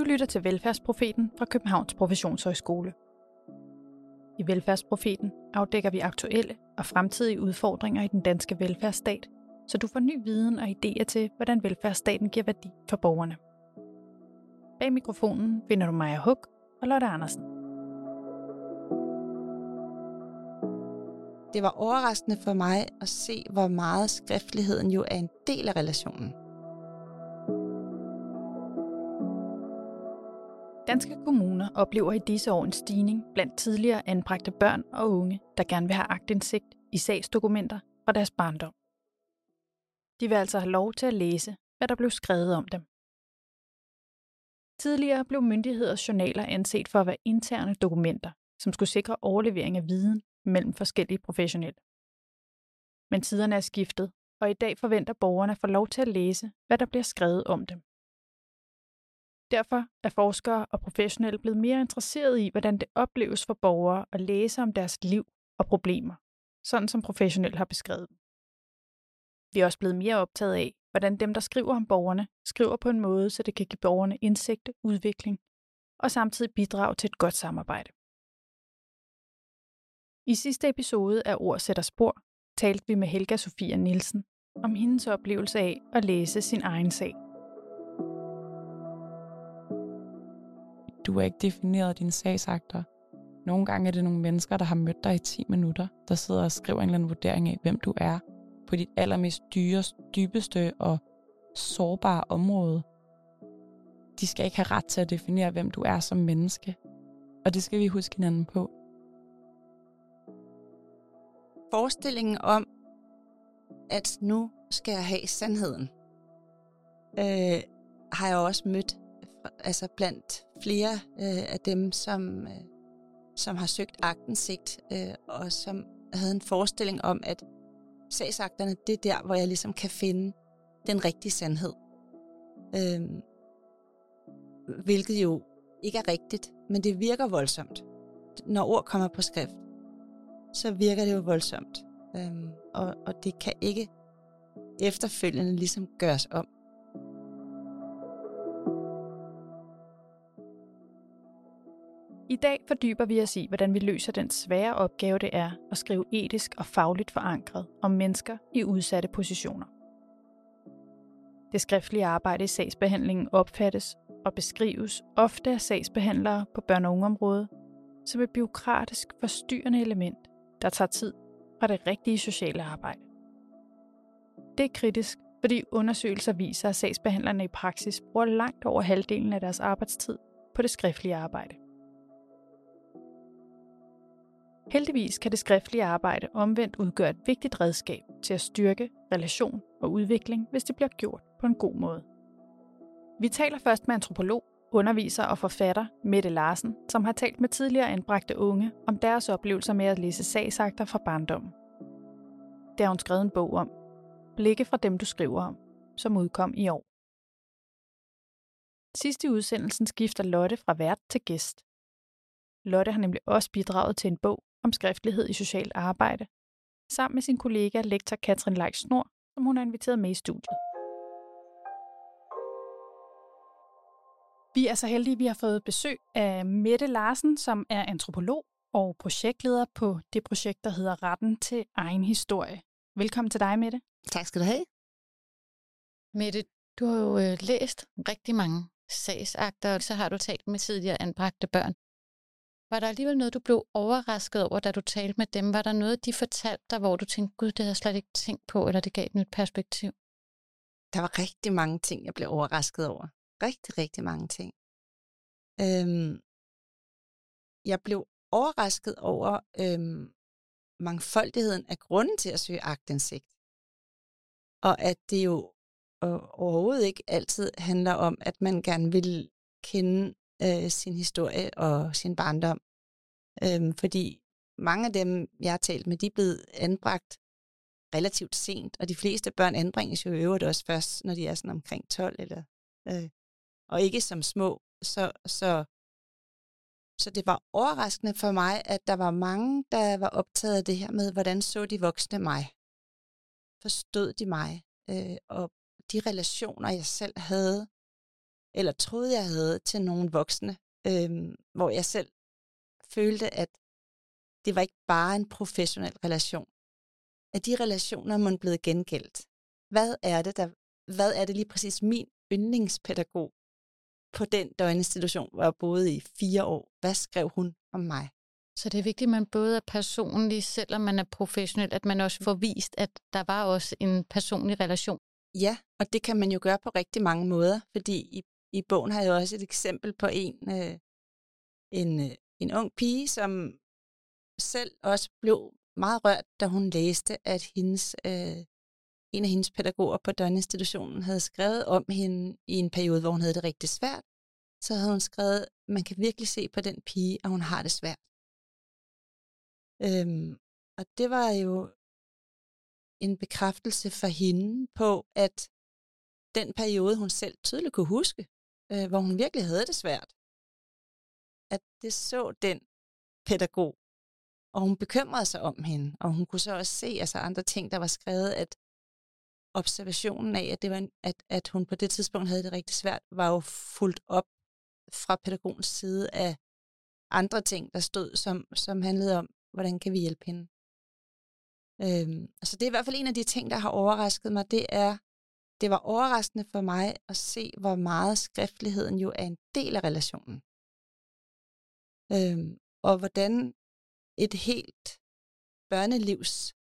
lytter til Velfærdsprofeten fra Københavns Professionshøjskole. I Velfærdsprofeten afdækker vi aktuelle og fremtidige udfordringer i den danske velfærdsstat, så du får ny viden og idéer til, hvordan velfærdsstaten giver værdi for borgerne. Bag mikrofonen finder du Maja Huk og Lotte Andersen. Det var overraskende for mig at se, hvor meget skriftligheden jo er en del af relationen. Danske kommuner oplever i disse år en stigning blandt tidligere anbragte børn og unge, der gerne vil have aktindsigt i sagsdokumenter fra deres barndom. De vil altså have lov til at læse, hvad der blev skrevet om dem. Tidligere blev myndigheders journaler anset for at være interne dokumenter, som skulle sikre overlevering af viden mellem forskellige professionelle. Men tiderne er skiftet, og i dag forventer borgerne at få lov til at læse, hvad der bliver skrevet om dem. Derfor er forskere og professionelle blevet mere interesserede i, hvordan det opleves for borgere at læse om deres liv og problemer, sådan som professionelle har beskrevet dem. Vi er også blevet mere optaget af, hvordan dem, der skriver om borgerne, skriver på en måde, så det kan give borgerne indsigt, udvikling og samtidig bidrage til et godt samarbejde. I sidste episode af Ord sætter spor talte vi med Helga Sofia Nielsen om hendes oplevelse af at læse sin egen sag. Du har ikke defineret dine sagsakter. Nogle gange er det nogle mennesker, der har mødt dig i 10 minutter, der sidder og skriver en eller anden vurdering af, hvem du er, på dit allermest dybeste og sårbare område. De skal ikke have ret til at definere, hvem du er som menneske. Og det skal vi huske hinanden på. Forestillingen om, at nu skal jeg have sandheden, har jeg også mødt blandt flere af dem, som har søgt aktindsigt, og som havde en forestilling om, at sagsakterne, det er der, hvor jeg ligesom kan finde den rigtige sandhed. Hvilket jo ikke er rigtigt, men det virker voldsomt. Når ord kommer på skrift, så virker det jo voldsomt. Og det kan ikke efterfølgende ligesom gøres om. I dag fordyber vi os i, hvordan vi løser den svære opgave, det er at skrive etisk og fagligt forankret om mennesker i udsatte positioner. Det skriftlige arbejde i sagsbehandlingen opfattes og beskrives ofte af sagsbehandlere på børne- og ungeområdet som et bureaukratisk forstyrrende element, der tager tid fra det rigtige sociale arbejde. Det er kritisk, fordi undersøgelser viser, at sagsbehandlerne i praksis bruger langt over halvdelen af deres arbejdstid på det skriftlige arbejde. Heldigvis kan det skriftlige arbejde omvendt udgøre et vigtigt redskab til at styrke relation og udvikling, hvis det bliver gjort på en god måde. Vi taler først med antropolog, underviser og forfatter Mette Larsen, som har talt med tidligere anbragte unge om deres oplevelser med at læse sagsakter fra barndommen. Det har hun skrevet en bog om, Blikke fra dem, du skriver om, som udkom i år. Sidst i udsendelsen skifter Lotte fra vært til gæst. Lotte har nemlig også bidraget til en bog om skriftlighed i socialt arbejde, sammen med sin kollega lektor Katrin Leik Snor, som hun har inviteret med i studiet. Vi er så heldige, at vi har fået besøg af Mette Larsen, som er antropolog og projektleder på det projekt, der hedder Retten til egen historie. Velkommen til dig, Mette. Tak skal du have. Mette, du har jo læst rigtig mange sagsakter, og så har du talt med tidligere anbragte børn. Var der alligevel noget, du blev overrasket over, da du talte med dem? Var der noget, de fortalte dig, hvor du tænkte, gud, det havde jeg slet ikke tænkt på, eller det gav et nyt perspektiv? Der var rigtig mange ting, jeg blev overrasket over. Rigtig, rigtig mange ting. Jeg blev overrasket over mangfoldigheden af grunden til at søge aktindsigt. Og at det jo overhovedet ikke altid handler om, at man gerne vil kende sin historie og sin barndom. Fordi mange af dem, jeg har talt med, de er blevet anbragt relativt sent, og de fleste børn anbringes jo i øvrigt også først, når de er sådan omkring 12, eller, og ikke som små. Så det var overraskende for mig, at der var mange, der var optaget af det her med, hvordan så de voksne mig? Forstod de mig? Og de relationer, jeg selv havde eller troede, jeg havde til nogle voksne, hvor jeg selv følte, at det var ikke bare en professionel relation. At de relationer er man blevet gengældt. Hvad er det lige præcis min yndlingspædagog på den døgninstitution, hvor jeg boede i 4 år? Hvad skrev hun om mig? Så det er vigtigt, at man både er personlig, selvom man er professionel, at man også får vist, at der var også en personlig relation. Ja, og det kan man jo gøre på rigtig mange måder, fordi i bogen har jeg jo også et eksempel på en ung pige, som selv også blev meget rørt, da hun læste, at en af hendes pædagoger på døgninstitutionen havde skrevet om hende i en periode, hvor hun havde det rigtig svært. Så havde hun skrevet, man kan virkelig se på den pige, at hun har det svært. Og det var jo en bekræftelse for hende på, at den periode, hun selv tydeligt kunne huske, hvor hun virkelig havde det svært, at det så den pædagog, og hun bekymrede sig om hende, og hun kunne så også se andre ting, der var skrevet, at observationen af, at hun på det tidspunkt havde det rigtig svært, var jo fuldt op fra pædagogens side af andre ting, der stod, som handlede om, hvordan kan vi hjælpe hende. Så det er i hvert fald en af de ting, der har overrasket mig, det var overraskende for mig at se, hvor meget skriftligheden jo er en del af relationen. Og hvordan et helt børnelivs,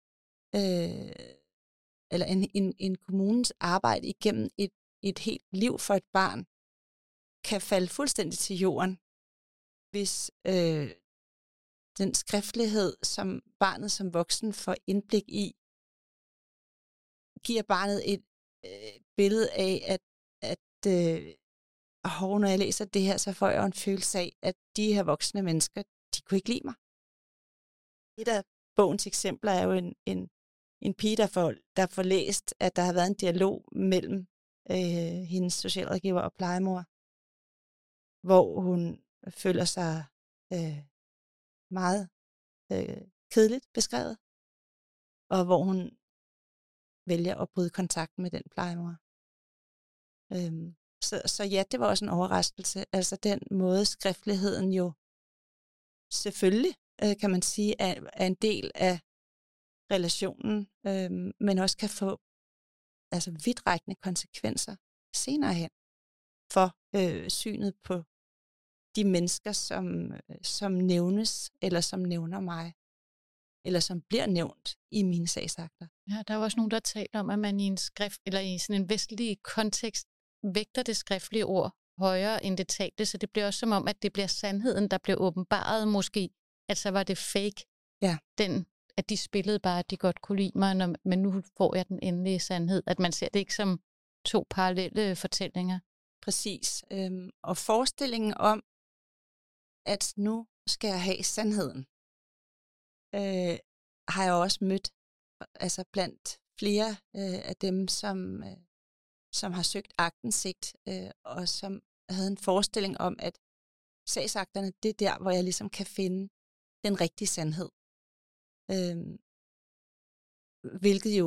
eller en kommunens arbejde igennem et helt liv for et barn, kan falde fuldstændig til jorden, hvis den skriftlighed, som barnet som voksen får indblik i, giver barnet et billede af, når jeg læser det her, så får jeg en følelse af, at de her voksne mennesker, de kunne ikke lide mig. Et af bogens eksempler er jo en pige, der får læst, at der har været en dialog mellem hendes socialrådgiver og plejemor, hvor hun føler sig meget kedeligt beskrevet, og hvor hun vælger at bryde kontakten med den plejemor. Så ja, det var også en overraskelse. Altså den måde skriftligheden jo selvfølgelig, kan man sige, er en del af relationen, men også kan få vidtrækkende konsekvenser senere hen for synet på de mennesker, som nævnes, eller som nævner mig, eller som bliver nævnt i mine sagsakter. Ja, der er også nogen, der taler om, at man i en skrift, eller i sådan en vestlig kontekst, vægter det skriftlige ord højere end det talte, så det bliver også som om, at det bliver sandheden, der bliver åbenbaret måske, at så var det fake, ja. At de spillede bare, at de godt kunne lide mig, men nu får jeg den endelige sandhed, at man ser det ikke som 2 parallelle fortællinger. Præcis. Og forestillingen om, at nu skal jeg have sandheden, har jeg også mødt blandt flere af dem, som har søgt aktindsigt, og som havde en forestilling om, at sagsakterne, det er der, hvor jeg ligesom kan finde den rigtige sandhed. Hvilket jo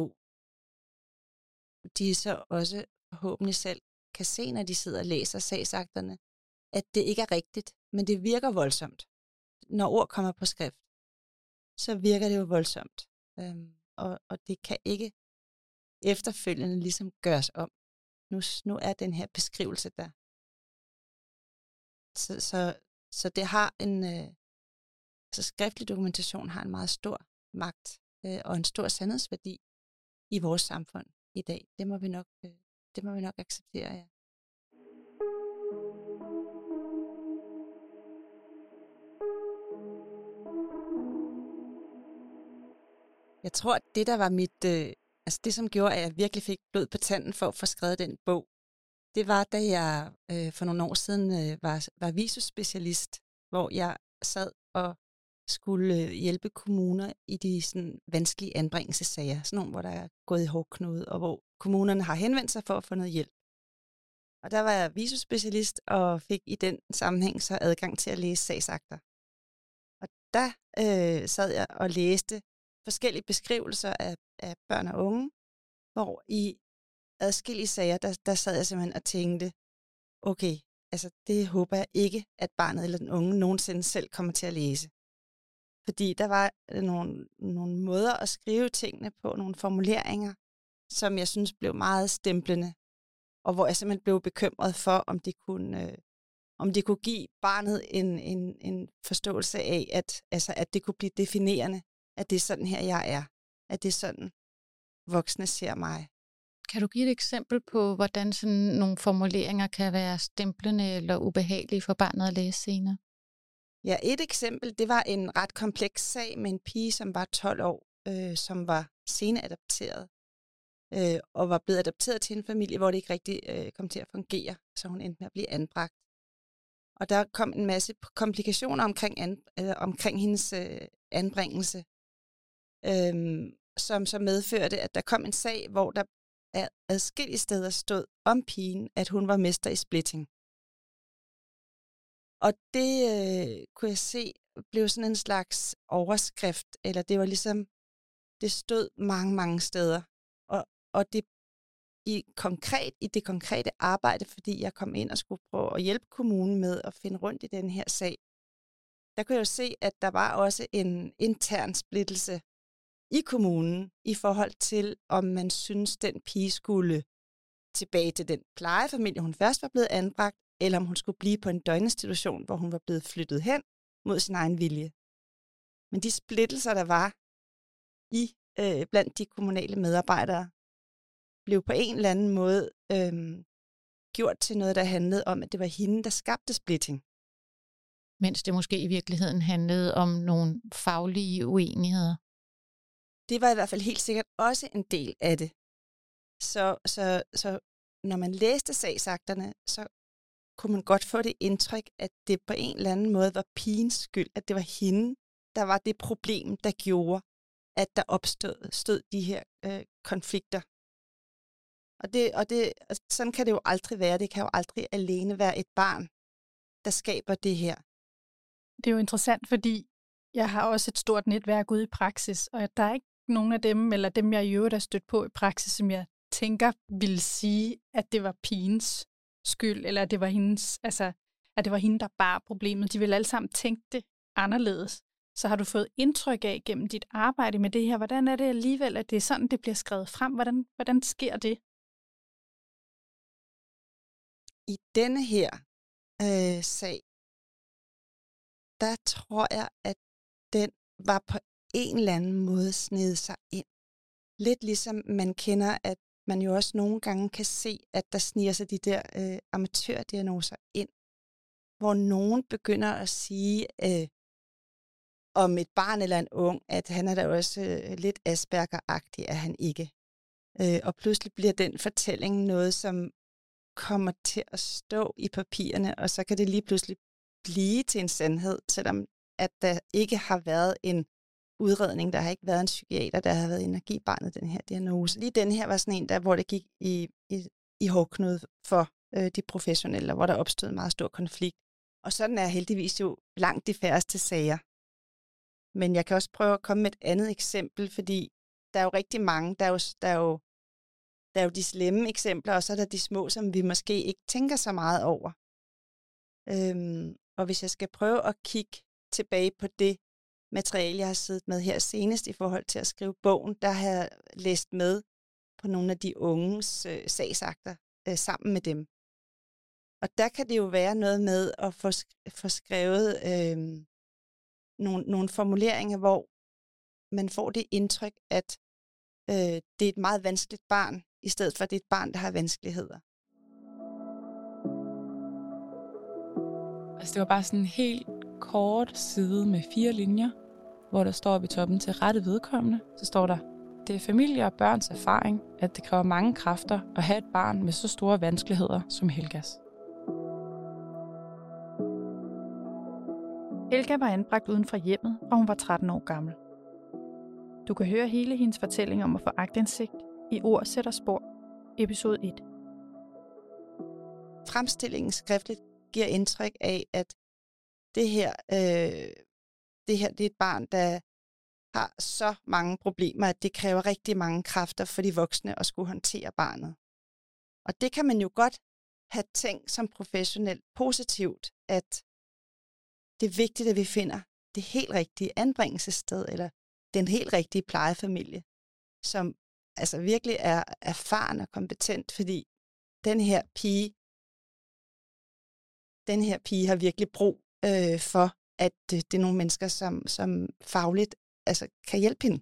de så også forhåbentlig selv kan se, når de sidder og læser sagsakterne, at det ikke er rigtigt, men det virker voldsomt. Når ord kommer på skrift, så virker det jo voldsomt. Og det kan ikke efterfølgende ligesom gøres om. Nu er den her beskrivelse der. Så det har skriftlig dokumentation har en meget stor magt og en stor sandhedsværdi i vores samfund i dag. Det må vi nok acceptere, ja. Jeg tror, at det, der var det, som gjorde, at jeg virkelig fik blod på tanden for at få skrevet den bog, det var, da jeg for nogle år siden var visusspecialist, hvor jeg sad og skulle hjælpe kommuner i de sådan vanskelige anbringelsessager, sådan nogle, hvor der er gået i hårdknude, og hvor kommunerne har henvendt sig for at få noget hjælp. Og der var jeg visusspecialist og fik i den sammenhæng så adgang til at læse sagsakter. Og der sad jeg og læste forskellige beskrivelser af børn og unge, hvor i adskillige sager, der sad jeg simpelthen og tænkte, okay, altså det håber jeg ikke, at barnet eller den unge nogensinde selv kommer til at læse. Fordi der var nogle måder at skrive tingene på, nogle formuleringer, som jeg synes blev meget stemplende, og hvor jeg simpelthen blev bekymret for, om det kunne give barnet en forståelse af, at det kunne blive definerende, at det er sådan her, jeg er. At det er sådan, voksne ser mig. Kan du give et eksempel på, hvordan sådan nogle formuleringer kan være stemplende eller ubehagelige for barnet at læse senere? Ja, et eksempel, det var en ret kompleks sag med en pige, som var 12 år, som var seneadopteret, og var blevet adopteret til en familie, hvor det ikke rigtig kom til at fungere, så hun endte med at blive anbragt. Og der kom en masse komplikationer omkring hendes anbringelse, som så medførte, at der kom en sag, hvor der adskillige steder stod om pigen, at hun var mester i splitting. Og det kunne jeg se blev sådan en slags overskrift, eller det var ligesom, det stod mange steder. Og det i det konkrete arbejde, fordi jeg kom ind og skulle prøve at hjælpe kommunen med at finde rundt i den her sag, der kunne jeg jo se, at der var også en intern splittelse i kommunen i forhold til, om man synes, den pige skulle tilbage til den plejefamilie, hun først var blevet anbragt, eller om hun skulle blive på en døgninstitution, hvor hun var blevet flyttet hen mod sin egen vilje. Men de splittelser, der var blandt de kommunale medarbejdere, blev på en eller anden måde gjort til noget, der handlede om, at det var hende, der skabte splitting. Mens det måske i virkeligheden handlede om nogle faglige uenigheder. Det var i hvert fald helt sikkert også en del af det. Så når man læste sagsakterne, så kunne man godt få det indtryk, at det på en eller anden måde var pigens skyld, at det var hende, der var det problem, der gjorde, at der opstod de her konflikter. Og sådan kan det jo aldrig være. Det kan jo aldrig alene være et barn, der skaber det her. Det er jo interessant, fordi jeg har også et stort netværk ude i praksis, og der er ikke nogen af dem, eller dem jeg i øvrigt er stødt på i praksis, som jeg tænker ville sige, at det var pigens skyld, eller at det var hendes, altså, at det var hende, der bar problemet. De ville alle sammen tænke det anderledes. Så har du fået indtryk af gennem dit arbejde med det her, hvordan er det alligevel, at det er sådan, det bliver skrevet frem? Hvordan sker det? I denne her sag, der tror jeg, at den var på en eller anden måde snedet sig ind. Lidt ligesom man kender, at man jo også nogle gange kan se, at der sniger sig de der amatørdiagnoser ind, hvor nogen begynder at sige om et barn eller en ung, at han er da også lidt Asperger-agtig, er han ikke. Og pludselig bliver den fortælling noget, som kommer til at stå i papirerne, og så kan det lige pludselig blive til en sandhed, selvom at der ikke har været en udredning, der har ikke været en psykiater, der har været inde og give barnet den her diagnose. Lige den her var sådan en, der, hvor det gik i hårdknude for de professionelle, hvor der opstod en meget stor konflikt. Og sådan er heldigvis jo langt de færreste sager. Men jeg kan også prøve at komme med et andet eksempel, fordi der er jo rigtig mange, der er jo de slemme eksempler, og så er der de små, som vi måske ikke tænker så meget over. Og hvis jeg skal prøve at kigge tilbage på det materiale, jeg har siddet med her senest i forhold til at skrive bogen, der har jeg læst med på nogle af de unges sagsakter sammen med dem. Og der kan det jo være noget med at få skrevet nogle formuleringer, hvor man får det indtryk, at det er et meget vanskeligt barn, i stedet for at det er et barn, der har vanskeligheder. Altså det var bare sådan en helt kort side med 4 linjer, hvor der står ved toppen til rette vedkommende. Så står der, det er familie og børns erfaring, at det kræver mange kræfter at have et barn med så store vanskeligheder som Helgas. Helga var anbragt uden for hjemmet, og hun var 13 år gammel. Du kan høre hele hendes fortælling om at få aktindsigt i Ord sætter spor, episode 1. Fremstillingen skriftligt giver indtryk af, at det her det er et barn, der har så mange problemer, at det kræver rigtig mange kræfter for de voksne at skulle håndtere barnet. Og det kan man jo godt have tænkt som professionelt positivt, at det er vigtigt, at vi finder det helt rigtige anbringelsessted, eller den helt rigtige plejefamilie, som altså virkelig er erfaren og kompetent, fordi den her pige har virkelig brug for, at det er nogle mennesker, som fagligt altså, kan hjælpe hende.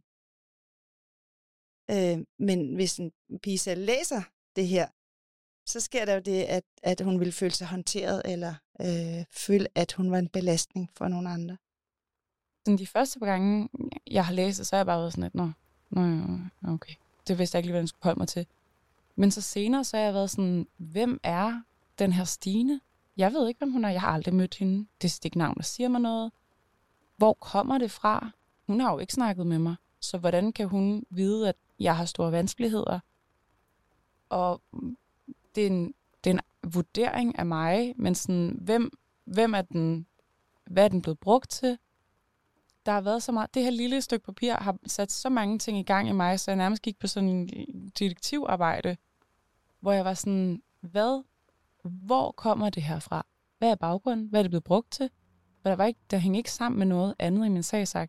Men hvis en pige selv læser det her, så sker der jo det, at hun vil føle sig håndteret, eller føle, at hun var en belastning for nogle andre. Sådan de første par gange, jeg har læst det, så har jeg bare været sådan lidt, nå, okay. Det vidste jeg ikke lige, hvad jeg skulle holde mig til. Men så senere, så har jeg været sådan, hvem er den her Stine? Jeg ved ikke, hvem hun er. Jeg har aldrig mødt hende. Det er ikke navn, der siger mig noget. Hvor kommer det fra? Hun har jo ikke snakket med mig. Så hvordan kan hun vide, at jeg har store vanskeligheder? Og det er en vurdering af mig, men sådan, hvem er den, hvad er den blevet brugt til? Der har været så meget, det her lille stykke papir har sat så mange ting i gang i mig, så jeg nærmest gik på sådan en detektivarbejde, hvor jeg var sådan, hvor kommer det her fra? Hvad er baggrunden? Hvad er det blevet brugt til? For der hænger ikke sammen med noget andet i min sagsakt.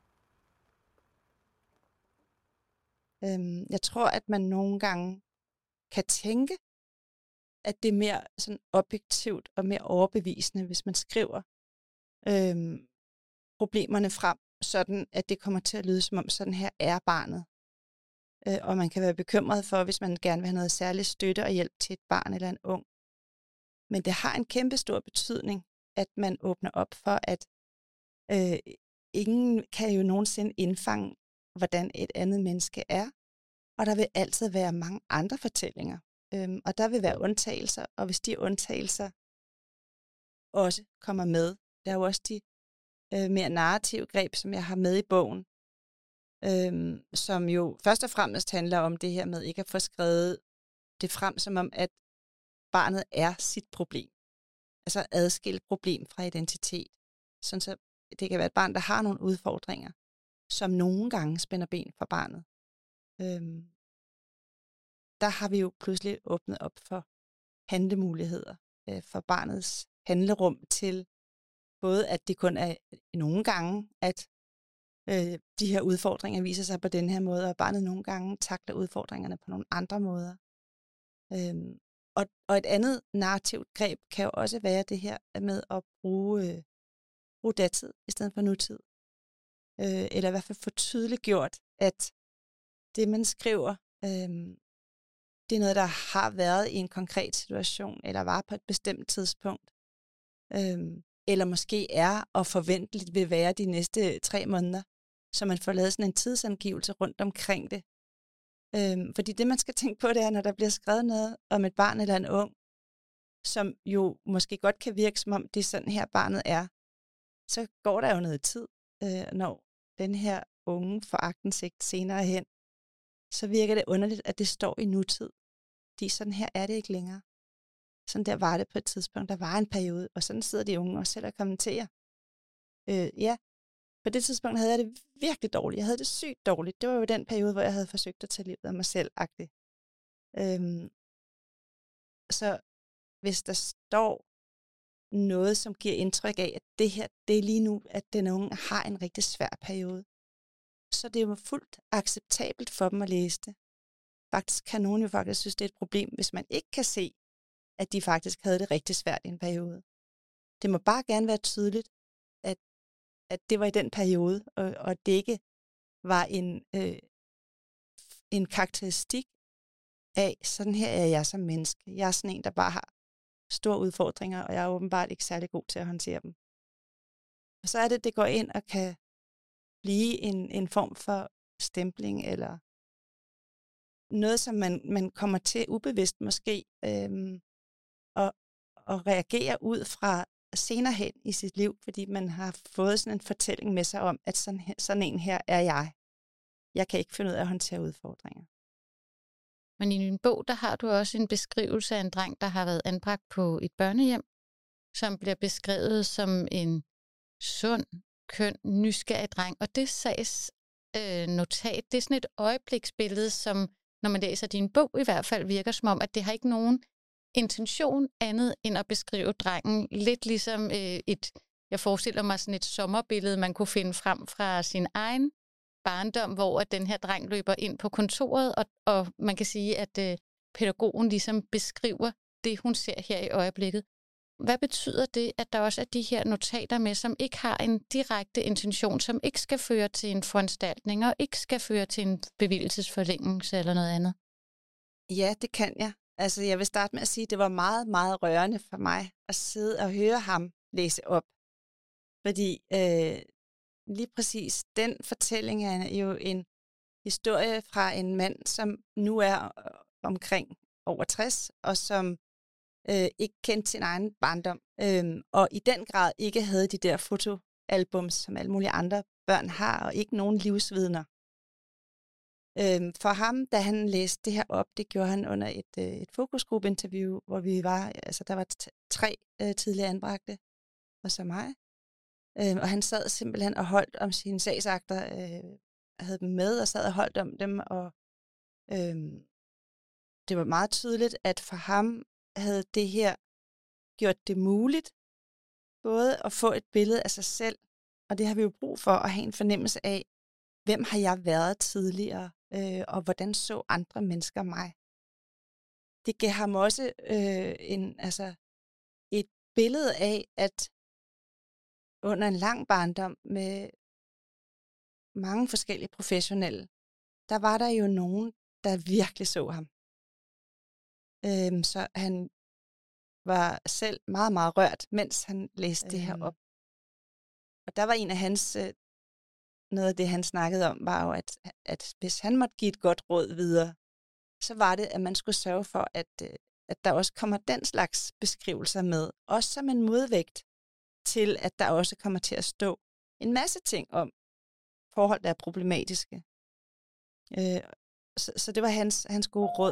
Jeg tror, at man nogle gange kan tænke, at det er mere sådan objektivt og mere overbevisende, hvis man skriver problemerne frem, sådan at det kommer til at lyde som om, sådan her er barnet. Og man kan være bekymret for, hvis man gerne vil have noget særligt støtte og hjælp til et barn eller en ung. Men det har en kæmpe stor betydning, at man åbner op for, at ingen kan jo nogensinde indfange, hvordan et andet menneske er. Og der vil altid være mange andre fortællinger. Og der vil være undtagelser, og hvis de undtagelser også kommer med, der er jo også de mere narrative greb, som jeg har med i bogen, som jo først og fremmest handler om det her med ikke at få skrevet det frem, som om, at barnet er sit problem. Altså adskilt problem fra identitet. Sådan så det kan være et barn, der har nogle udfordringer, som nogle gange spænder ben for barnet. Der har vi jo pludselig åbnet op for handlemuligheder for barnets handlerum til både, at det kun er nogle gange, at de her udfordringer viser sig på den her måde, og barnet nogle gange takler udfordringerne på nogle andre måder. Og et andet narrativt greb kan jo også være det her med at bruge datid i stedet for nutid. Eller i hvert fald få tydeligt gjort, at det, man skriver, det er noget, der har været i en konkret situation, eller var på et bestemt tidspunkt. Eller måske er og forventeligt vil være de næste 3 måneder, så man får lavet sådan en tidsangivelse rundt omkring det. Fordi det, man skal tænke på, det er, når der bliver skrevet noget om et barn eller en ung, som jo måske godt kan virke, som om det er sådan her barnet er, så går der jo noget tid, når den her unge får aktindsigt senere hen, så virker det underligt, at det står i nutid. Fordi sådan her er det ikke længere. Sådan der var det på et tidspunkt. Der var en periode, og sådan sidder de unge også selv og kommenterer. Ja, på det tidspunkt havde jeg det virkelig dårligt. Jeg havde det sygt dårligt. Det var jo den periode, hvor jeg havde forsøgt at tage livet af mig selv-agtigt. Så hvis der står noget, som giver indtryk af, at det her, det er lige nu, at den unge har en rigtig svær periode, så det er jo fuldt acceptabelt for dem at læse det. Faktisk kan nogen jo faktisk synes, det er et problem, hvis man ikke kan se, at de faktisk havde det rigtig svært i en periode. Det må bare gerne være tydeligt, at det var i den periode, og det ikke var en karakteristik af, sådan her er jeg som menneske. Jeg er sådan en, der bare har store udfordringer, og jeg er åbenbart ikke særlig god til at håndtere dem. Og så er det går ind og kan blive en form for stempling, eller noget, som man kommer til ubevidst måske, og reagere ud fra senere hen i sit liv, fordi man har fået sådan en fortælling med sig om, at sådan en her er jeg. Jeg kan ikke finde ud af at håndtere udfordringer. Men i din bog, der har du også en beskrivelse af en dreng, der har været anbragt på et børnehjem, som bliver beskrevet som en sund, køn, nysgerrig dreng. Og det sags notat, det er sådan et øjebliksbillede, som, når man læser din bog i hvert fald, virker som om, at det har ikke nogen intention andet end at beskrive drengen. Lidt ligesom jeg forestiller mig sådan et sommerbillede, man kunne finde frem fra sin egen barndom, hvor at den her dreng løber ind på kontoret, og man kan sige, at pædagogen ligesom beskriver det, hun ser her i øjeblikket. Hvad betyder det, at der også er de her notater med, som ikke har en direkte intention, som ikke skal føre til en foranstaltning, og ikke skal føre til en bevilgelsesforlængelse eller noget andet? Ja, det kan jeg. Altså, jeg vil starte med at sige, at det var meget, meget rørende for mig at sidde og høre ham læse op. Fordi lige præcis den fortælling er jo en historie fra en mand, som nu er omkring over 60, og som ikke kendte sin egen barndom. Og i den grad ikke havde de der fotoalbums, som alle mulige andre børn har, og ikke nogen livsvidner. For ham, da han læste det her op, det gjorde han under et fokusgruppeinterview, hvor vi var, altså der var 3 tidligere anbragte, og så mig. Og han sad simpelthen og holdt om sine sagsakter, havde dem med og sad og holdt om dem, og det var meget tydeligt, at for ham havde det her gjort det muligt, både at få et billede af sig selv, og det har vi jo brug for at have en fornemmelse af, hvem har jeg været tidligere, og hvordan så andre mennesker mig. Det gav ham også et billede af, at under en lang barndom med mange forskellige professionelle, der var der jo nogen, der virkelig så ham. Så han var selv meget, meget rørt, mens han læste det her op. Og der var en af hans, noget af det han snakkede om, var jo, at hvis han måtte give et godt råd videre, så var det, at man skulle sørge for, at der også kommer den slags beskrivelser med, også som en modvægt til, at der også kommer til at stå en masse ting om forhold, der er problematiske. Så det var hans gode råd.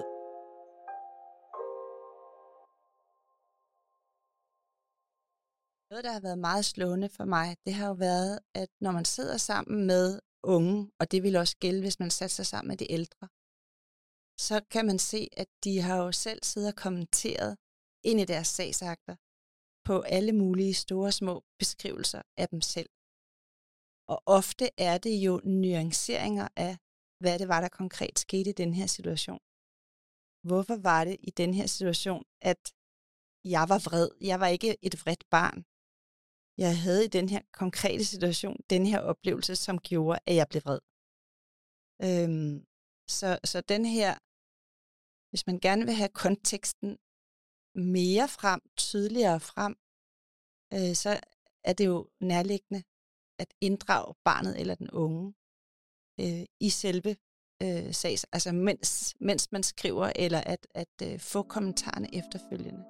Noget, der har været meget slående for mig, det har jo været, at når man sidder sammen med unge, og det vil også gælde, hvis man sætter sig sammen med de ældre, så kan man se, at de har jo selv siddet og kommenteret ind i deres sagsakter på alle mulige store små beskrivelser af dem selv. Og ofte er det jo nuanceringer af, hvad det var, der konkret skete i den her situation. Hvorfor var det i den her situation, at jeg var vred? Jeg var ikke et vredt barn. Jeg havde i den her konkrete situation den her oplevelse, som gjorde, at jeg blev vred. Så den her, hvis man gerne vil have konteksten mere frem, tydeligere frem, så er det jo nærliggende at inddrage barnet eller den unge i selve sags, altså mens man skriver, eller at få kommentarerne efterfølgende.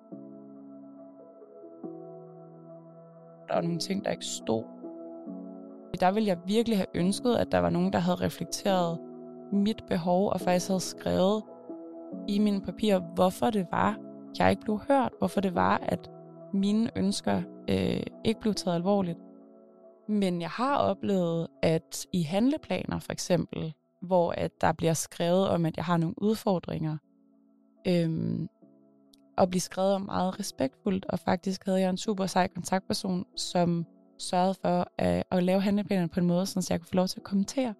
Der var nogle ting, der ikke stod. Der ville jeg virkelig have ønsket, at der var nogen, der havde reflekteret mit behov, og faktisk havde skrevet i mine papirer, hvorfor det var, jeg ikke blev hørt, hvorfor det var, at mine ønsker ikke blev taget alvorligt. Men jeg har oplevet, at i handleplaner for eksempel, hvor at der bliver skrevet om, at jeg har nogle udfordringer, og blive skrevet om meget respektfuldt, og faktisk havde jeg en super sej kontaktperson, som sørgede for at lave handleplanerne på en måde, så jeg kunne få lov til at kommentere.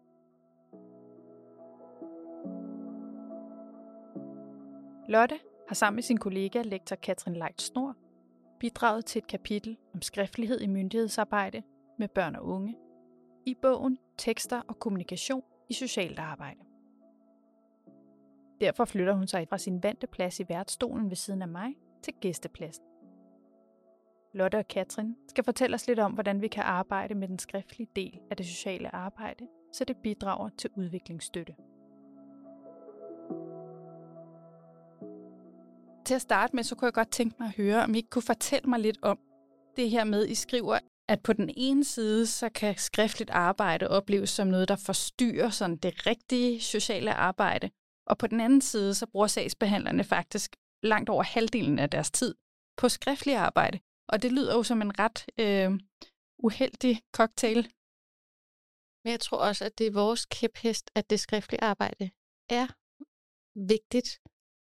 Lotte har sammen med sin kollega, lektor Katrin Leigt Snor, bidraget til et kapitel om skriftlighed i myndighedsarbejde med børn og unge i bogen Tekster og kommunikation i socialt arbejde. Derfor flytter hun sig fra sin vante plads i værtsstolen ved siden af mig til gæstepladsen. Lotte og Katrin skal fortælle os lidt om, hvordan vi kan arbejde med den skriftlige del af det sociale arbejde, så det bidrager til udviklingsstøtte. Til at starte med, så kunne jeg godt tænke mig at høre, om I ikke kunne fortælle mig lidt om det her med, I skriver, at på den ene side, så kan skriftligt arbejde opleves som noget, der forstyrrer sådan det rigtige sociale arbejde, og på den anden side, så bruger sagsbehandlerne faktisk langt over halvdelen af deres tid på skriftligt arbejde. Og det lyder jo som en ret uheldig cocktail. Men jeg tror også, at det er vores kæphest, at det skriftlige arbejde er vigtigt.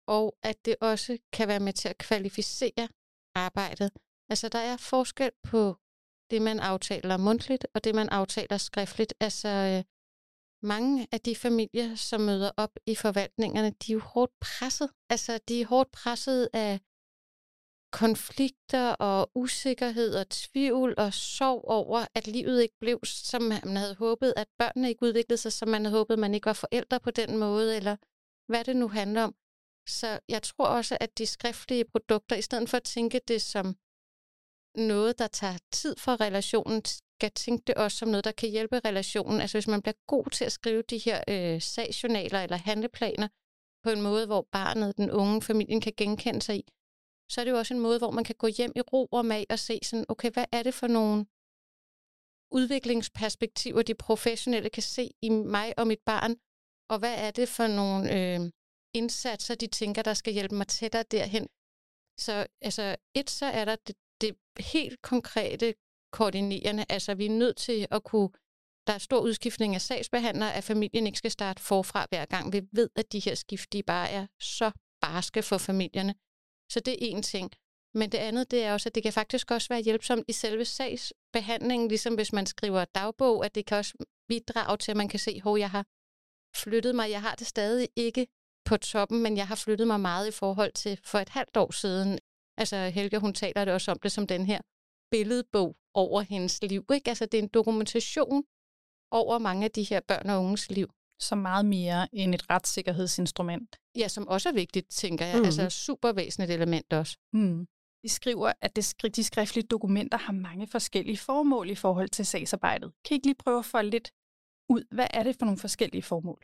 og at det også kan være med til at kvalificere arbejdet. Altså, der er forskel på det, man aftaler mundtligt, og det, man aftaler skriftligt. Altså, mange af de familier, som møder op i forvaltningerne, de er jo hårdt presset. Altså, de er hårdt presset af konflikter og usikkerhed og tvivl og sorg over, at livet ikke blev, som man havde håbet, at børnene ikke udviklede sig, som man havde håbet, man ikke var forældre på den måde, eller hvad det nu handler om. Så jeg tror også, at de skriftlige produkter, i stedet for at tænke det som noget, der tager tid for relationen, skal tænke det også som noget, der kan hjælpe relationen. Altså hvis man bliver god til at skrive de her sagsjournaler eller handleplaner på en måde, hvor barnet, den unge, familien kan genkende sig i, så er det jo også en måde, hvor man kan gå hjem i ro og mag og se sådan, okay, hvad er det for nogle udviklingsperspektiver, de professionelle kan se i mig og mit barn, og hvad er det for nogle indsatser, de tænker, der skal hjælpe mig tættere derhen. Så altså, så er der det helt konkrete koordinerende, altså vi er nødt til at kunne, der er stor udskiftning af sagsbehandlere, at familien ikke skal starte forfra hver gang. Vi ved, at de her skift, de bare er så barske for familierne. Så det er en ting. Men det andet, det er også, at det kan faktisk også være hjælpsomt i selve sagsbehandlingen, ligesom hvis man skriver dagbog, at det kan også bidrage til, at man kan se, hvor jeg har flyttet mig. Jeg har det stadig ikke på toppen, men jeg har flyttet mig meget i forhold til for et halvt år siden. Altså Helga, hun taler det også om det som den her billedbog over hendes liv. Ikke? Altså det er en dokumentation over mange af de her børn og unges liv. Så meget mere end et retssikkerhedsinstrument. Ja, som også er vigtigt, tænker jeg. Altså super væsentligt element også. De skriver, at de skriftlige dokumenter har mange forskellige formål i forhold til sagsarbejdet. Kan I ikke lige prøve at folde lidt ud? Hvad er det for nogle forskellige formål?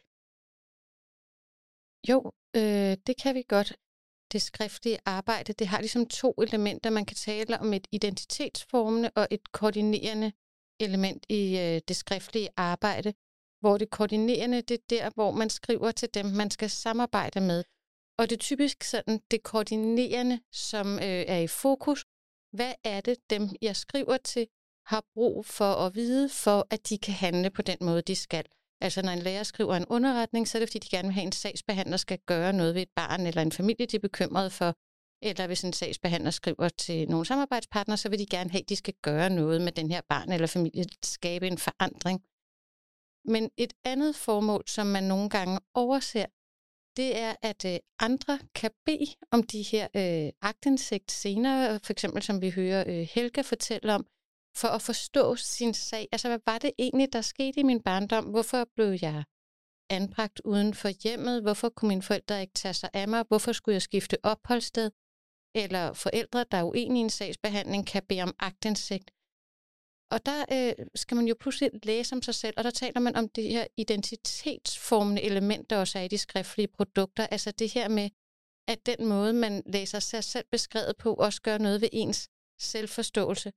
Jo, det kan vi godt. Det skriftlige arbejde, det har ligesom 2 elementer. Man kan tale om et identitetsformende og et koordinerende element i det skriftlige arbejde, hvor det koordinerende, det er der, hvor man skriver til dem, man skal samarbejde med. Og det er typisk sådan, det koordinerende, som er i fokus. Hvad er det, dem jeg skriver til, har brug for at vide, for at de kan handle på den måde, de skal? Altså når en lærer skriver en underretning, så er det fordi, de gerne vil have, en sagsbehandler skal gøre noget ved et barn eller en familie, de er bekymret for. Eller hvis en sagsbehandler skriver til nogle samarbejdspartnere, så vil de gerne have, at de skal gøre noget med den her barn eller familie, skabe en forandring. Men et andet formål, som man nogle gange overser, det er, at andre kan bede om de her aktindsigt senere, for eksempel som vi hører Helga fortælle om, for at forstå sin sag. Altså, hvad var det egentlig, der skete i min barndom? Hvorfor blev jeg anbragt uden for hjemmet? Hvorfor kunne mine forældre ikke tage sig af mig? Hvorfor skulle jeg skifte opholdssted? Eller forældre, der er uenige i en sagsbehandling, kan bede om aktindsigt. Og der skal man jo pludselig læse om sig selv, og der taler man om det her identitetsformende element, der også er i de skriftlige produkter. Altså det her med, at den måde, man læser sig selv beskrevet på, også gør noget ved ens selvforståelse.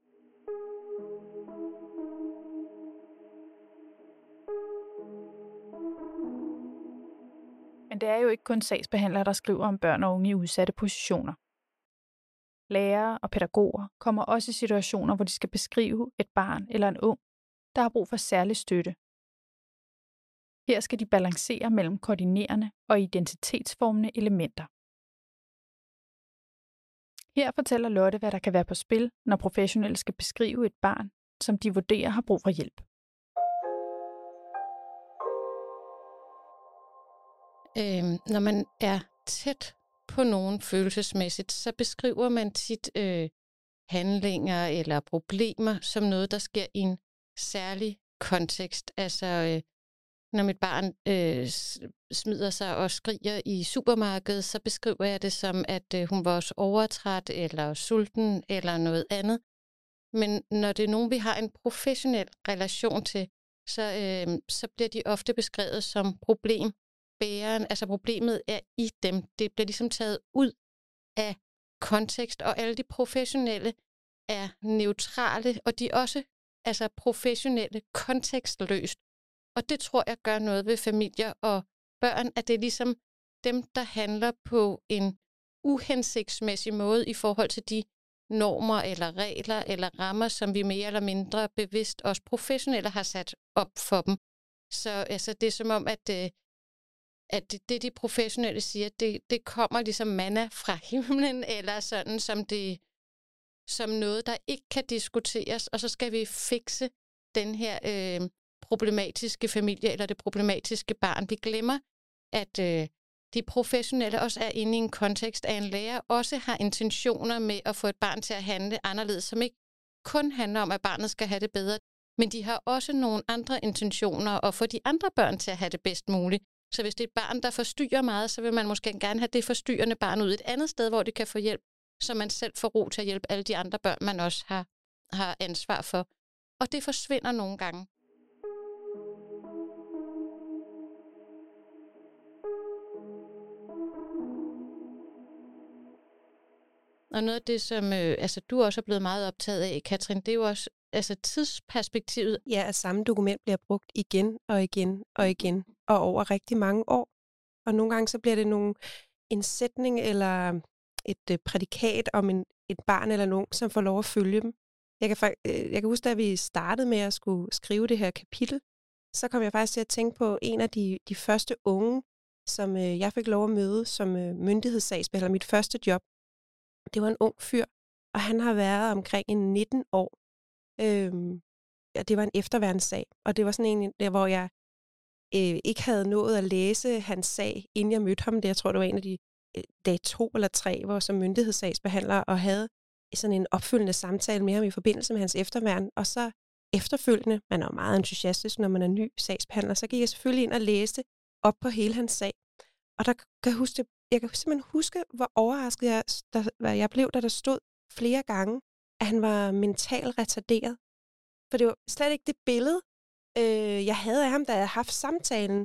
Men det er jo ikke kun sagsbehandlere, der skriver om børn og unge i udsatte positioner. Lærere og pædagoger kommer også i situationer, hvor de skal beskrive et barn eller en ung, der har brug for særlig støtte. Her skal de balancere mellem koordinerende og identitetsformende elementer. Her fortæller Lotte, hvad der kan være på spil, når professionelle skal beskrive et barn, som de vurderer har brug for hjælp. Når man er tæt på nogen følelsesmæssigt, så beskriver man tit handlinger eller problemer som noget, der sker i en særlig kontekst. Altså, når mit barn smider sig og skriger i supermarkedet, så beskriver jeg det som, at hun var også overtræt eller sulten eller noget andet. Men når det er nogen, vi har en professionel relation til, så bliver de ofte beskrevet som problembæreren. Altså problemet er i dem. Det bliver ligesom taget ud af kontekst, og alle de professionelle er neutrale, og de er også professionelle kontekstløst. Og det tror jeg gør noget ved familier og børn, at det er ligesom dem, der handler på en uhensigtsmæssig måde i forhold til de normer eller regler eller rammer, som vi mere eller mindre bevidst også professionelle har sat op for dem. Så det er som om, at det de professionelle siger, det kommer ligesom manna fra himlen, eller sådan som noget, der ikke kan diskuteres, og så skal vi fikse den her problematiske familie, eller det problematiske barn. Vi glemmer, at de professionelle også er inde i en kontekst af en lærer, også har intentioner med at få et barn til at handle anderledes, som ikke kun handler om, at barnet skal have det bedre, men de har også nogle andre intentioner at få de andre børn til at have det bedst muligt. Så hvis det er et barn, der forstyrrer meget, så vil man måske gerne have det forstyrrende barn ud et andet sted, hvor det kan få hjælp, så man selv får ro til at hjælpe alle de andre børn, man også har ansvar for. Og det forsvinder nogle gange. Og noget af det, som du også er blevet meget optaget af, Katrin, det er jo også tidsperspektivet. Ja, at samme dokument bliver brugt igen og igen og igen, og over rigtig mange år. Og nogle gange så bliver det en sætning eller et prædikat om et barn eller nogen, som får lov at følge dem. Jeg kan huske, da vi startede med at skulle skrive det her kapitel, så kom jeg faktisk til at tænke på en af de første unge, som jeg fik lov at møde som myndighedssagsbehandler, mit første job. Det var en ung fyr, og han har været omkring 19 år. Det var en efterværnssag, og det var sådan en, der, hvor jeg ikke havde nået at læse hans sag, inden jeg mødte ham. Jeg tror, det var en af de dag 2 eller 3, hvor som myndighedssagsbehandler, og havde sådan en opfølgende samtale med ham i forbindelse med hans efterværn. Og så efterfølgende, man er jo meget entusiastisk, når man er ny sagsbehandler, så gik jeg selvfølgelig ind og læste op på hele hans sag. Og der kan jeg kan simpelthen huske, hvor overrasket jeg blev, da der stod flere gange, at han var mentalt retarderet. For det var slet ikke det billede, jeg havde af ham, da jeg havde haft samtalen.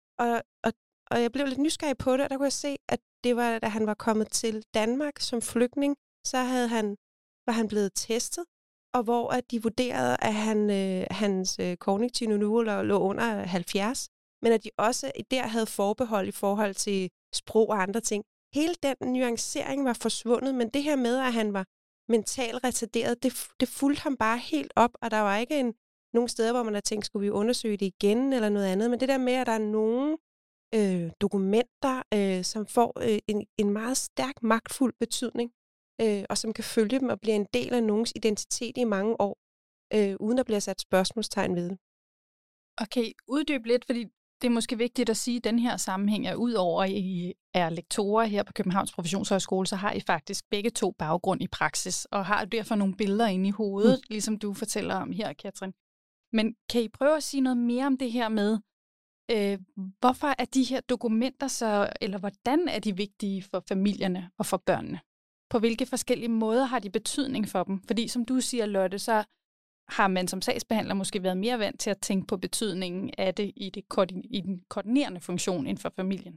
Og jeg blev lidt nysgerrig på det, og der kunne jeg se, at det var, da han var kommet til Danmark som flygtning, så var han blevet testet, og hvor at de vurderede, at hans kognitive niveau lå under 70, men at de også der havde forbehold i forhold til sprog og andre ting. Hele den nuancering var forsvundet, men det her med, at han var mentalt retarderet, det fulgte ham bare helt op, og der var ikke nogen steder, hvor man har tænkt, skulle vi undersøge det igen eller noget andet, men det der med, at der er nogle dokumenter, som får en meget stærk, magtfuld betydning, og som kan følge dem og blive en del af nogens identitet i mange år, uden at blive sat spørgsmålstegn ved. Okay, uddyb lidt, fordi det er måske vigtigt at sige, at den her sammenhæng er udover, at I er lektorer her på Københavns Professionshøjskole, så har I faktisk begge to baggrund i praksis, og har derfor nogle billeder inde i hovedet, ligesom du fortæller om her, Katrin. Men kan I prøve at sige noget mere om det her med, hvorfor er de her dokumenter så, eller hvordan er de vigtige for familierne og for børnene? På hvilke forskellige måder har de betydning for dem? Fordi som du siger, Lotte, så har man som sagsbehandler måske været mere vant til at tænke på betydningen af det i den koordinerende funktion inden for familien.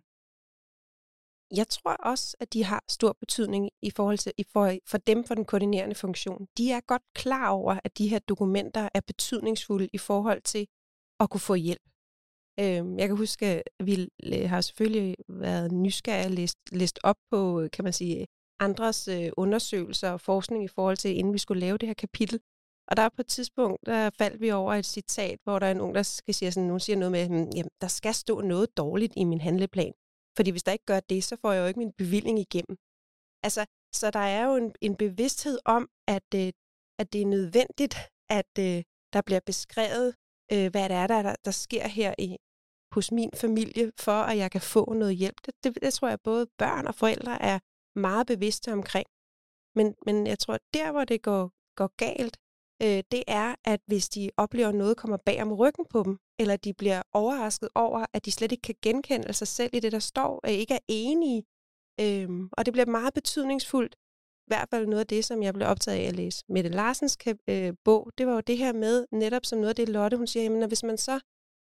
Jeg tror også, at de har stor betydning i forhold til for dem for den koordinerende funktion. De er godt klar over, at de her dokumenter er betydningsfulde i forhold til at kunne få hjælp. Jeg kan huske, at vi har selvfølgelig været nysgerrige og læst op på, kan man sige, andres undersøgelser og forskning i forhold til, inden vi skulle lave det her kapitel. Og der på et tidspunkt, der faldt vi over et citat, hvor der er en ung, der skal sige sådan, nogen siger noget med, jamen, der skal stå noget dårligt i min handleplan. Fordi hvis der ikke gør det, så får jeg jo ikke min bevilling igennem. Altså, så der er jo en bevidsthed om, at det er nødvendigt, at der bliver beskrevet, hvad det er, der sker her hos min familie, for at jeg kan få noget hjælp. Det tror jeg, både børn og forældre er meget bevidste omkring. Men jeg tror, der hvor det går galt, det er, at hvis de oplever noget kommer bag om ryggen på dem, eller de bliver overrasket over, at de slet ikke kan genkende sig selv i det, der står, og ikke er enige. Og det bliver meget betydningsfuldt. I hvert fald noget af det, som jeg blev optaget af at læse. Mette Larsens bog, det var jo det her med, netop som noget af det, Lotte, hun siger, jamen, hvis man så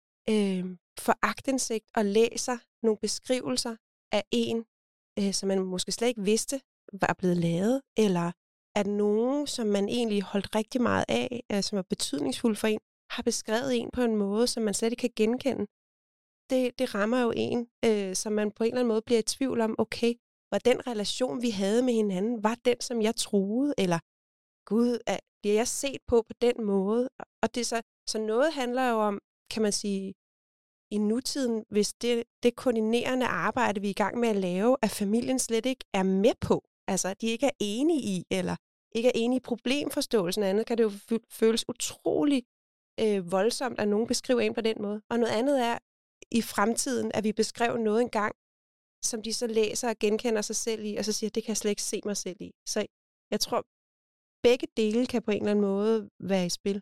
får aktindsigt og læser nogle beskrivelser af en, som man måske slet ikke vidste, var blevet lavet, eller at nogen, som man egentlig holdt rigtig meget af, som er betydningsfuld for en, har beskrevet en på en måde, som man slet ikke kan genkende. Det rammer jo en, som man på en eller anden måde bliver i tvivl om, okay, var den relation, vi havde med hinanden, var den, som jeg troede, eller gud, bliver jeg set på den måde? Og det så noget handler jo om, kan man sige, i nutiden, hvis det koordinerende arbejde, vi er i gang med at lave, at familien slet ikke er med på. Altså, de ikke er enige i, eller ikke er enige i problemforståelsen og andet, kan det jo føles utrolig voldsomt, at nogen beskriver en på den måde. Og noget andet er i fremtiden, at vi beskrev noget engang, som de så læser og genkender sig selv i, og så siger, det kan jeg slet ikke se mig selv i. Så jeg tror, begge dele kan på en eller anden måde være i spil.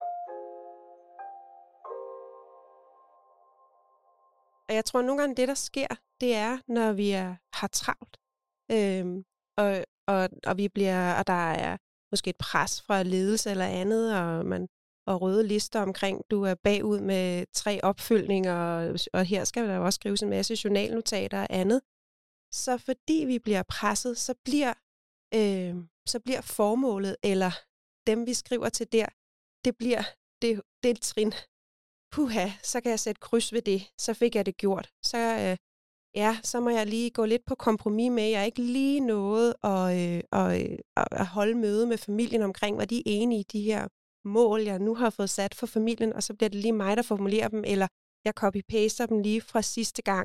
Og jeg tror, at nogle gange det, der sker, det er, når vi har travlt, og der er måske et pres fra ledelse eller andet, og røde lister omkring, du er bagud med 3 opfølgninger, og her skal der også skrives en masse journalnotater og andet. Så fordi vi bliver presset, så bliver formålet, eller dem vi skriver til der, det er et trin. Puha, så kan jeg sætte kryds ved det, så fik jeg det gjort. Så må jeg lige gå lidt på kompromis med, jeg er ikke lige nået at holde møde med familien omkring, hvad de er enige i de her mål, jeg nu har fået sat for familien, og så bliver det lige mig, der formulerer dem, eller jeg copy-paster dem lige fra sidste gang.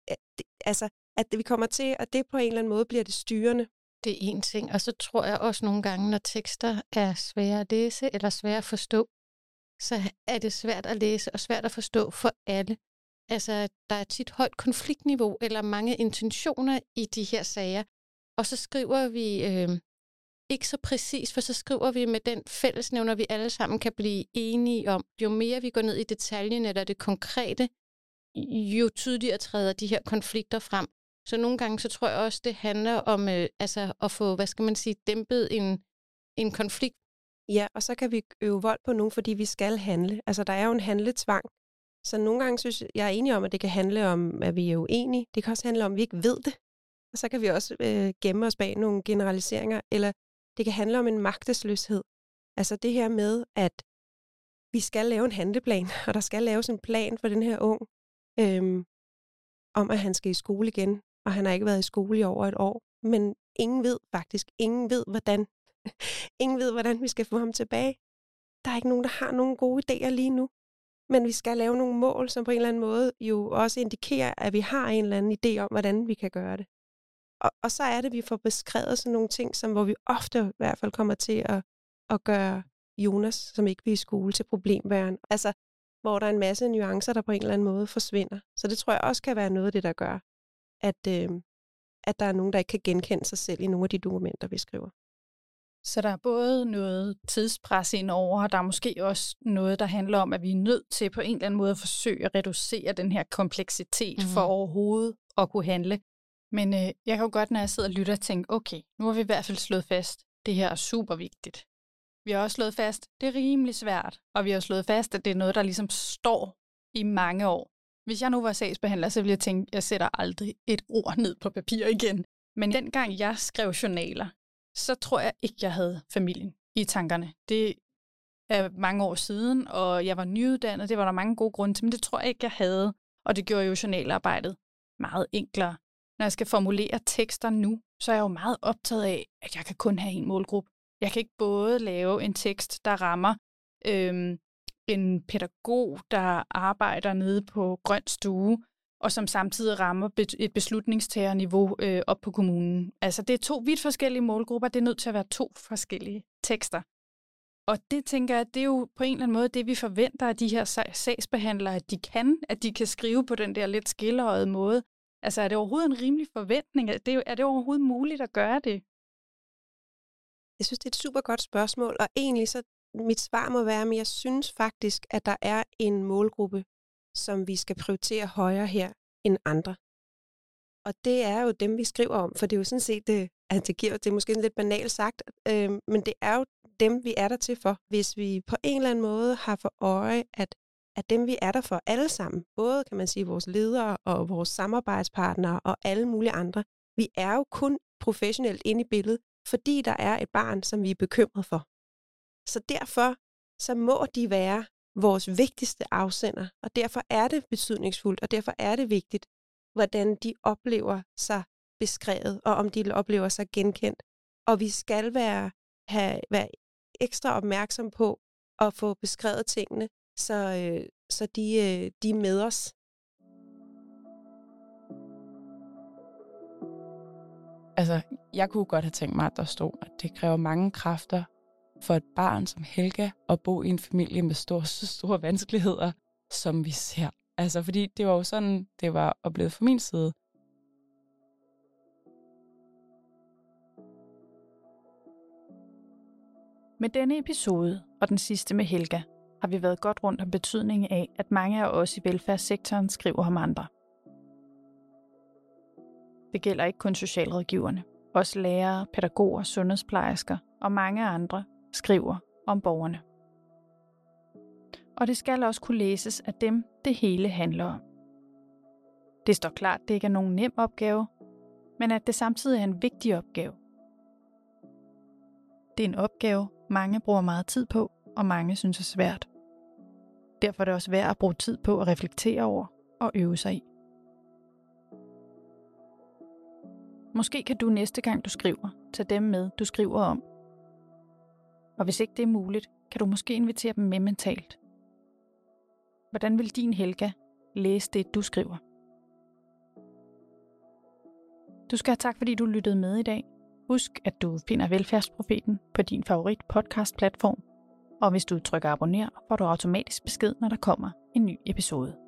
At vi kommer til, at det på en eller anden måde bliver det styrende. Det er en ting, og så tror jeg også nogle gange, når tekster er svære at læse eller svære at forstå, så er det svært at læse og svært at forstå for alle. Altså, der er tit højt konfliktniveau eller mange intentioner i de her sager, og så skriver vi ikke så præcis, for så skriver vi med den fællesnævner, vi alle sammen kan blive enige om. Jo mere vi går ned i detaljen eller det konkrete, jo tydeligere træder de her konflikter frem. Så nogle gange, så tror jeg også, det handler om at få, dæmpet en konflikt. Ja, og så kan vi øve vold på nogen, fordi vi skal handle. Altså, der er jo en handletvang. Så nogle gange synes jeg er enig om, at det kan handle om, at vi er uenige. Det kan også handle om, at vi ikke ved det. Og så kan vi også gemme os bag nogle generaliseringer. Eller det kan handle om en magtesløshed. Altså det her med, at vi skal lave en handleplan, og der skal laves en plan for den her ung, om at han skal i skole igen, og han har ikke været i skole i over et år. Men ingen ved, hvordan vi skal få ham tilbage. Der er ikke nogen, der har nogen gode idéer lige nu. Men vi skal lave nogle mål, som på en eller anden måde jo også indikerer, at vi har en eller anden idé om, hvordan vi kan gøre det. Og så er det, at vi får beskrevet sådan nogle ting, hvor vi ofte i hvert fald kommer til at gøre Jonas, som ikke vil i skole, til problemværen. Altså, hvor der er en masse nuancer, der på en eller anden måde forsvinder. Så det tror jeg også kan være noget af det, der gør, at der er nogen, der ikke kan genkende sig selv i nogle af de dokumenter, vi skriver. Så der er både noget tidspres indover, og der er måske også noget, der handler om, at vi er nødt til på en eller anden måde at forsøge at reducere den her kompleksitet for overhovedet at kunne handle. Men jeg kan jo godt, når jeg sidder og lytter, tænke, okay, nu har vi i hvert fald slået fast, det her er super vigtigt. Vi har også slået fast, det er rimelig svært, og vi har slået fast, at det er noget, der ligesom står i mange år. Hvis jeg nu var sagsbehandler, så ville jeg tænke, jeg sætter aldrig et ord ned på papir igen. Men dengang jeg skrev journaler, så tror jeg ikke, jeg havde familien i tankerne. Det er mange år siden, og jeg var nyuddannet, det var der mange gode grunde til, men det tror jeg ikke, jeg havde. Og det gjorde jo journalarbejdet meget enklere. Når jeg skal formulere tekster nu, så er jeg jo meget optaget af, at jeg kan kun have en målgruppe. Jeg kan ikke både lave en tekst, der rammer en pædagog, der arbejder nede på Grøn Stue, og som samtidig rammer et beslutningstagerniveau op på kommunen. Altså, det er 2 vidt forskellige målgrupper. Det er nødt til at være 2 forskellige tekster. Og det tænker jeg, det er jo på en eller anden måde det, vi forventer af de her sagsbehandlere, at de kan skrive på den der lidt skillerøjede måde. Altså, er det overhovedet en rimelig forventning? Er det overhovedet muligt at gøre det? Jeg synes, det er et super godt spørgsmål, og egentlig så mit svar må være, men jeg synes faktisk, at der er en målgruppe, som vi skal prioritere højere her end andre. Og det er jo dem, vi skriver om, for det er jo sådan set, det er måske lidt banalt sagt, men det er jo dem, vi er der til for. Hvis vi på en eller anden måde har for øje, at dem, vi er der for alle sammen, både kan man sige vores ledere og vores samarbejdspartnere og alle mulige andre, vi er jo kun professionelt inde i billedet, fordi der er et barn, som vi er bekymret for. Så derfor så må de være vores vigtigste afsender, og derfor er det betydningsfuldt, og derfor er det vigtigt, hvordan de oplever sig beskrevet, og om de oplever sig genkendt. Og vi skal være ekstra opmærksom på at få beskrevet tingene, så de er med os Altså, jeg kunne godt have tænkt mig, at der stod, at det kræver mange kræfter for et barn som Helga at bo i en familie med så store vanskeligheder, som vi ser. Altså, fordi det var jo sådan, det var oplevet fra min side. Med denne episode og den sidste med Helga, har vi været godt rundt om betydningen af, at mange af os i velfærdssektoren skriver om andre. Det gælder ikke kun socialrådgiverne. Også lærere, pædagoger, sundhedsplejersker og mange andre skriver om borgerne. Og det skal også kunne læses af dem, det hele handler om. Det står klart, at det ikke er nogen nem opgave, men at det samtidig er en vigtig opgave. Det er en opgave, mange bruger meget tid på, og mange synes er svært. Derfor er det også værd at bruge tid på at reflektere over og øve sig i. Måske kan du næste gang du skriver, tage dem med, du skriver om. Og hvis ikke det er muligt, kan du måske invitere dem med mentalt. Hvordan vil din Helga læse det, du skriver? Du skal have tak, fordi du lyttede med i dag. Husk, at du finder Velfærdsprofeten på din favorit podcast-platform. Og hvis du trykker abonner, får du automatisk besked, når der kommer en ny episode.